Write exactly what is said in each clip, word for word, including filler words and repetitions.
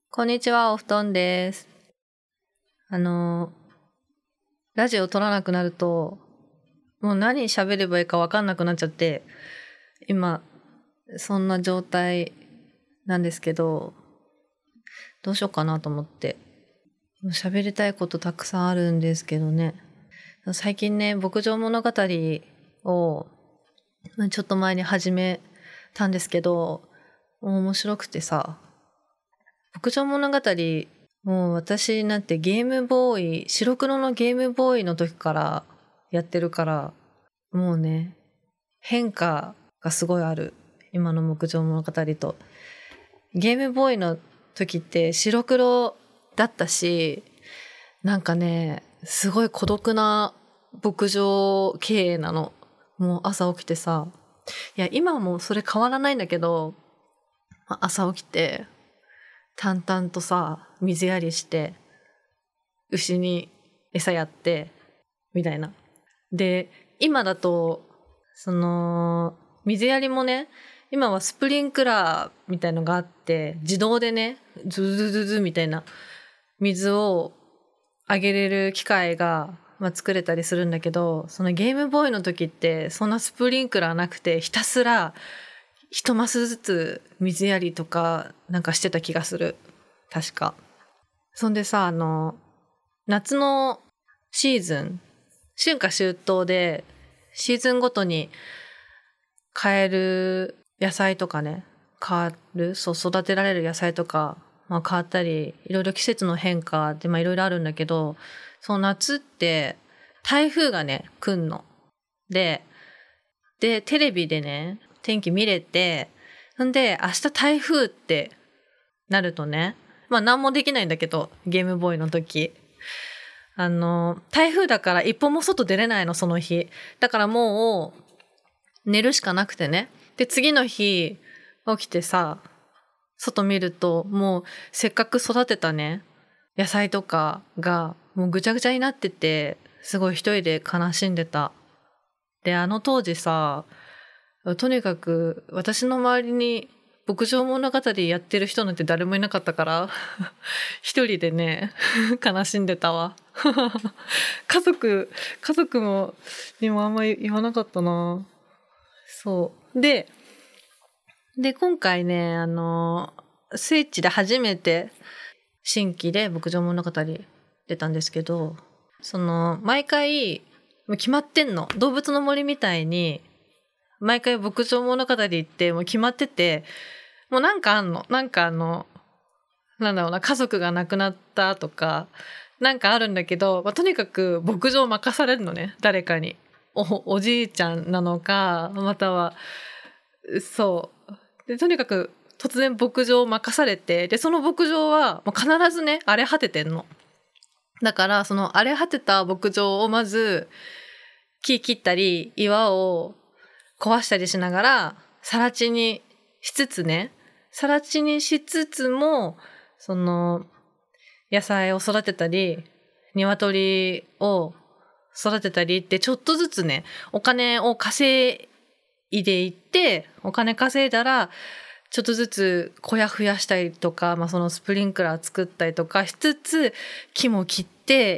こんにちは、お布団です。あの、ラジオ撮らなくなると、もう何喋ればいいか分かんなくなっちゃって、今、そんな状態なんですけど、どうしようかなと思って。喋りたいことたくさんあるんですけどね。最近ね、牧場物語をちょっと前に始めたんですけど、もう面白くてさ、牧場物語、もう私なんてゲームボーイ、白黒のゲームボーイの時からやってるから、もうね、変化がすごいある。今の牧場物語と。ゲームボーイの時って白黒だったし、なんかね、すごい孤独な牧場経営なの。もう朝起きてさ、いや今はもうそれ変わらないんだけど、朝起きて淡々とさ水やりして牛に餌やってみたいな。で今だとその水やりもね、今はスプリンクラーみたいのがあって自動でねズズズズみたいな水をあげれる機械が、まあ、作れたりするんだけど、そのゲームボーイの時ってそんなスプリンクラーなくてひたすら一マスずつ水やりとかなんかしてた気がする。確か。そんでさ、あの夏のシーズン、春夏秋冬でシーズンごとに買える野菜とかね、変わる、そう育てられる野菜とか、まあ、変わったり、いろいろ季節の変化でまあいろいろあるんだけど、その夏って台風がね来んの。で、でテレビでね天気見れて、んで明日台風ってなるとね、まあ何もできないんだけど、ゲームボーイの時。あの、台風だから一歩も外出れないの、その日。だからもう、寝るしかなくてね。で、次の日、起きてさ、外見ると、もう、せっかく育てたね、野菜とかが、もうぐちゃぐちゃになってて、すごい一人で悲しんでた。で、あの当時さ、とにかく、私の周りに、牧場物語やってる人なんて誰もいなかったから一人でね悲しんでたわ家族家族もにもあんまり言わなかったな。そうでで今回ね、あのスイッチで初めて新規で牧場物語出たんですけど、その毎回決まってんの。動物の森みたいに毎回牧場物語ってもう決まってて、もうなんかあんの。なんかあの、なんだろうな、家族が亡くなったとか、なんかあるんだけど、まあ、とにかく牧場任されるのね、誰かに。お、おじいちゃんなのか、または、そう。で、とにかく突然牧場を任されて、で、その牧場はもう必ずね、荒れ果ててんの。だから、その荒れ果てた牧場をまず、木切ったり、岩を壊したりしながら、更地にしつつね、更地にしつつも、その、野菜を育てたり、鶏を育てたりってちょっとずつね、お金を稼いでいって、お金稼いだら、ちょっとずつ小屋増やしたりとか、まあ、そのスプリンクラー作ったりとかしつつ、木も切って、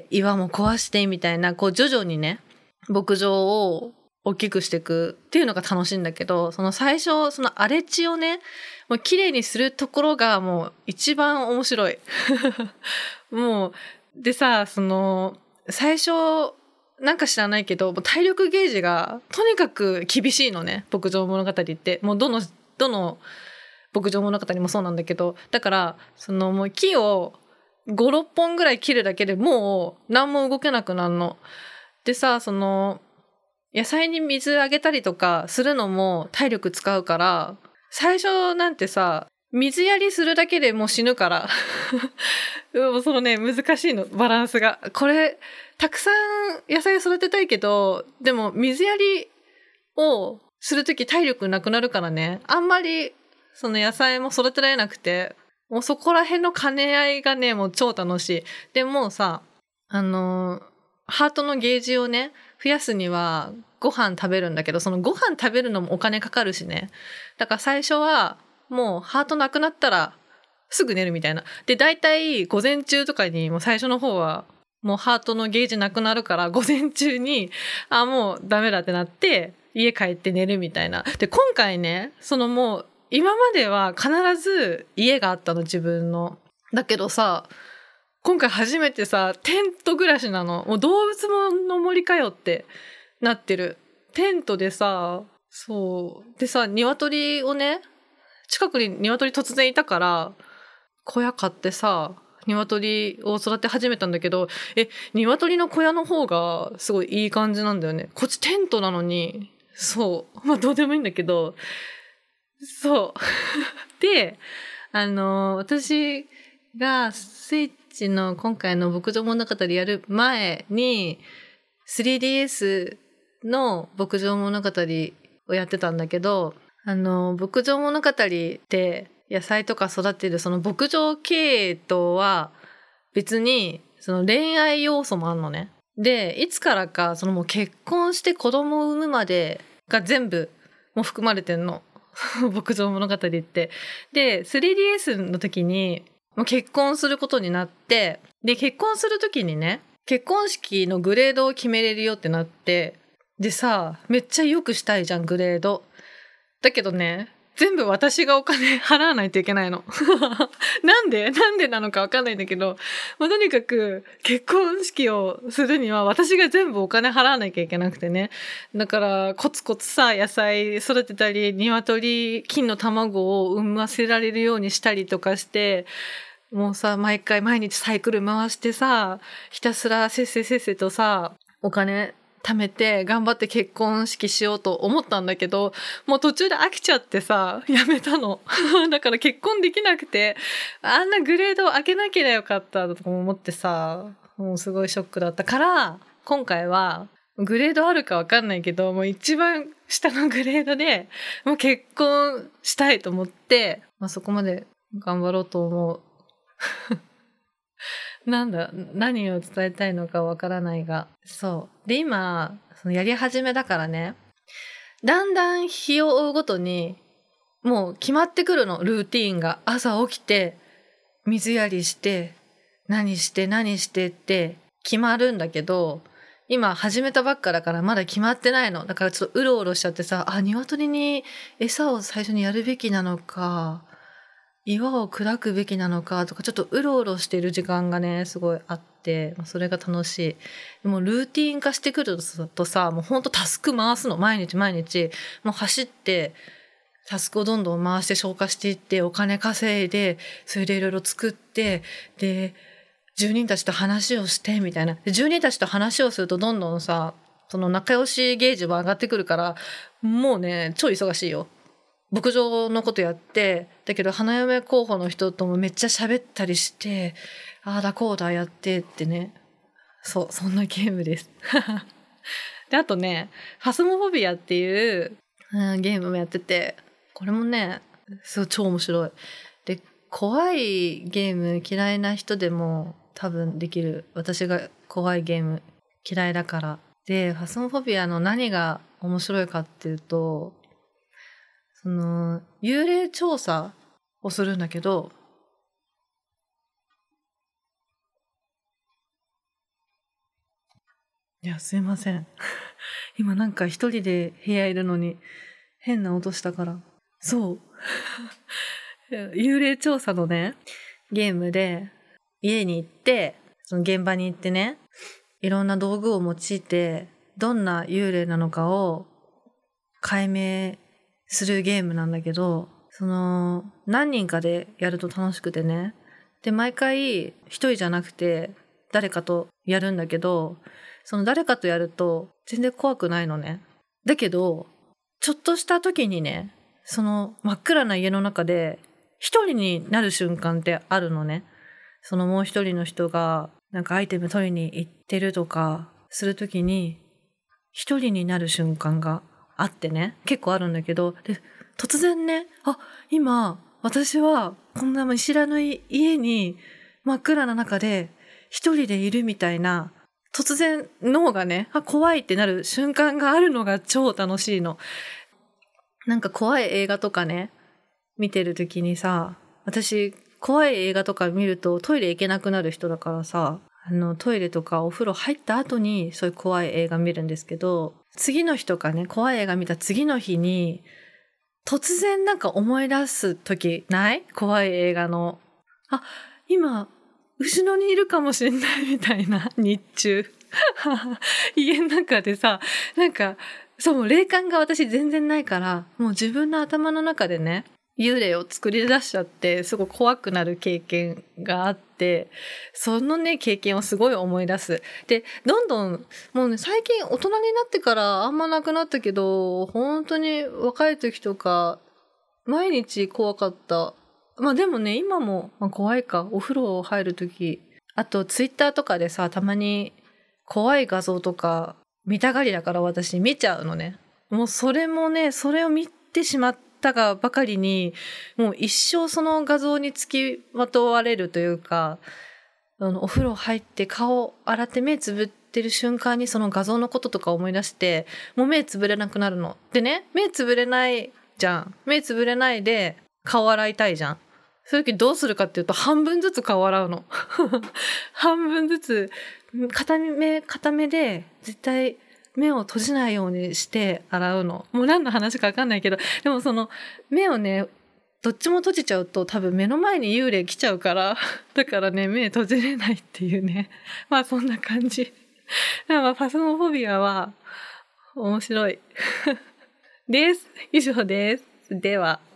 岩も壊してみたいな、こう徐々にね、牧場を大きくしていくっていうのが楽しいんだけど、その最初、その荒れ地をね、もう綺麗にするところがもう一番面白い。もう、でさ、その、最初、なんか知らないけど、体力ゲージがとにかく厳しいのね、牧場物語って。もうどの、どの牧場物語もそうなんだけど、だから、そのもう木をご、ろっぽんぐらい切るだけでもう何も動けなくなるの。でさ、その、野菜に水あげたりとかするのも体力使うから、最初なんてさ、水やりするだけでもう死ぬからそのね、難しいの、バランスが。これたくさん野菜育てたいけど、でも水やりをするとき体力なくなるからね、あんまりその野菜も育てられなくて、もうそこら辺の兼ね合いがね、もう超楽しい。でもさ、あのハートのゲージをね増やすにはご飯食べるんだけど、そのご飯食べるのもお金かかるしね。だから最初はもうハートなくなったらすぐ寝るみたいな。で、大体午前中とかにもう最初の方はもうハートのゲージなくなるから午前中に、あ、もうダメだってなって家帰って寝るみたいな。で、今回ね、そのもう今までは必ず家があったの自分の。だけどさ、今回初めてさ、テント暮らしなの。もう動物の森かよってなってる。テントでさ、そう。でさ、鶏をね、近くに鶏突然いたから、小屋買ってさ、鶏を育て始めたんだけど、え、鶏の小屋の方がすごいいい感じなんだよね。こっちテントなのに、そう。まあどうでもいいんだけど、そう。で、あの、私がスイッチの今回の牧場物語やる前に、スリーディーエス の牧場物語をやってたんだけど、あの、牧場物語って野菜とか育てるその牧場経営とは別にその恋愛要素もあるのね。で、いつからかそのもう結婚して子供を産むまでが全部もう含まれてんの。牧場物語って。で、スリーディーエス の時にもう結婚することになって、で、結婚する時にね、結婚式のグレードを決めれるよってなって、でさ、めっちゃ良くしたいじゃん、グレード。だけどね、全部私がお金払わないといけないの。なんでなんでなのかわかんないんだけど、まあ、とにかく結婚式をするには私が全部お金払わなきゃいけなくてね。だからコツコツさ、野菜育てたり、鶏、金の卵を産ませられるようにしたりとかして、もうさ、毎回毎日サイクル回してさ、ひたすらせっせせっせとさ、お金貯めて頑張って結婚式しようと思ったんだけど、もう途中で飽きちゃってさ、やめたの。だから結婚できなくて、あんなグレードを上げなきゃよかったとか思ってさ、もうすごいショックだったから、今回はグレードあるかわかんないけど、もう一番下のグレードでもう結婚したいと思って、まあ、そこまで頑張ろうと思う。なんだ、何を伝えたいのかわからないが。そう。で、今、そのやり始めだからね、だんだん日を追うごとに、もう決まってくるの、ルーティーンが。朝起きて、水やりして、何して何してって決まるんだけど、今始めたばっかだからまだ決まってないの。だからちょっとうろうろしちゃってさ、あ、鶏に餌を最初にやるべきなのか、岩を砕くべきなのかとか、ちょっとうろうろしてる時間がね、すごいあって、それが楽しい。でもルーティン化してくるとさ、もうほんとタスク回すの。毎日毎日。もう走って、タスクをどんどん回して消化していって、お金稼いで、それでいろいろ作って、で、住人たちと話をして、みたいな。で、住人たちと話をするとどんどんさ、その仲良しゲージも上がってくるから、もうね、超忙しいよ。牧場のことやって、だけど花嫁候補の人ともめっちゃ喋ったりして、ああだこうだやってってね。そう、そんなゲームです。で、あとね、ファスモフォビアっていう、うん、ゲームもやってて、これもね、すごい超面白い。で、怖いゲーム嫌いな人でも多分できる。私が怖いゲーム嫌いだから。で、ファスモフォビアの何が面白いかっていうと、その幽霊調査をするんだけど、いやすいません今なんか一人で部屋いるのに変な音したから。そう幽霊調査のねゲームで、家に行ってその現場に行ってね、いろんな道具を用いてどんな幽霊なのかを解明するゲームなんだけど、その何人かでやると楽しくてね。で、毎回一人じゃなくて誰かとやるんだけど、その誰かとやると全然怖くないのね。だけどちょっとした時にね、その真っ暗な家の中で一人になる瞬間ってあるのね。そのもう一人の人がなんかアイテム取りに行ってるとかする時に一人になる瞬間があってね、結構あるんだけど、で突然ね、あ、今私はこんな見知らぬ家に真っ暗な中で一人でいるみたいな、突然脳がね、あ、怖いってなる瞬間があるのが超楽しいの。なんか怖い映画とかね見てる時にさ、私怖い映画とか見るとトイレ行けなくなる人だからさ、あのトイレとかお風呂入った後にそういう怖い映画見るんですけど、次の日とかね、怖い映画見た次の日に突然なんか思い出す時ない？怖い映画の、あ、今後ろにいるかもしれないみたいな、日中家の中でさ、なんかそう霊感が私全然ないから、もう自分の頭の中でね幽霊を作り出しちゃって、すごい怖くなる経験があって、そのね経験をすごい思い出す。でどんどんもうね、最近大人になってからあんまなくなったけど、本当に若い時とか毎日怖かった。まあでもね今も、まあ、怖いか。お風呂入る時、あとツイッターとかでさ、たまに怖い画像とか見たがりだから、私見ちゃうのね。もうそれもね、それを見てしまったがばかりに、もう一生その画像につきまとわれるというか、あのお風呂入って顔洗って目つぶってる瞬間にその画像のこととか思い出して、もう目つぶれなくなるの。でね、目つぶれないじゃん。目つぶれないで顔洗いたいじゃん。そういう時どうするかっていうと、半分ずつ顔洗うの。半分ずつ、片目、片目で絶対目を閉じないようにして洗うの。もう何の話か分かんないけど、でもその目をね、どっちも閉じちゃうと多分目の前に幽霊来ちゃうから、だからね、目閉じれないっていうね。まあそんな感じ。まあファスモフォビアは面白い。です。以上です。では。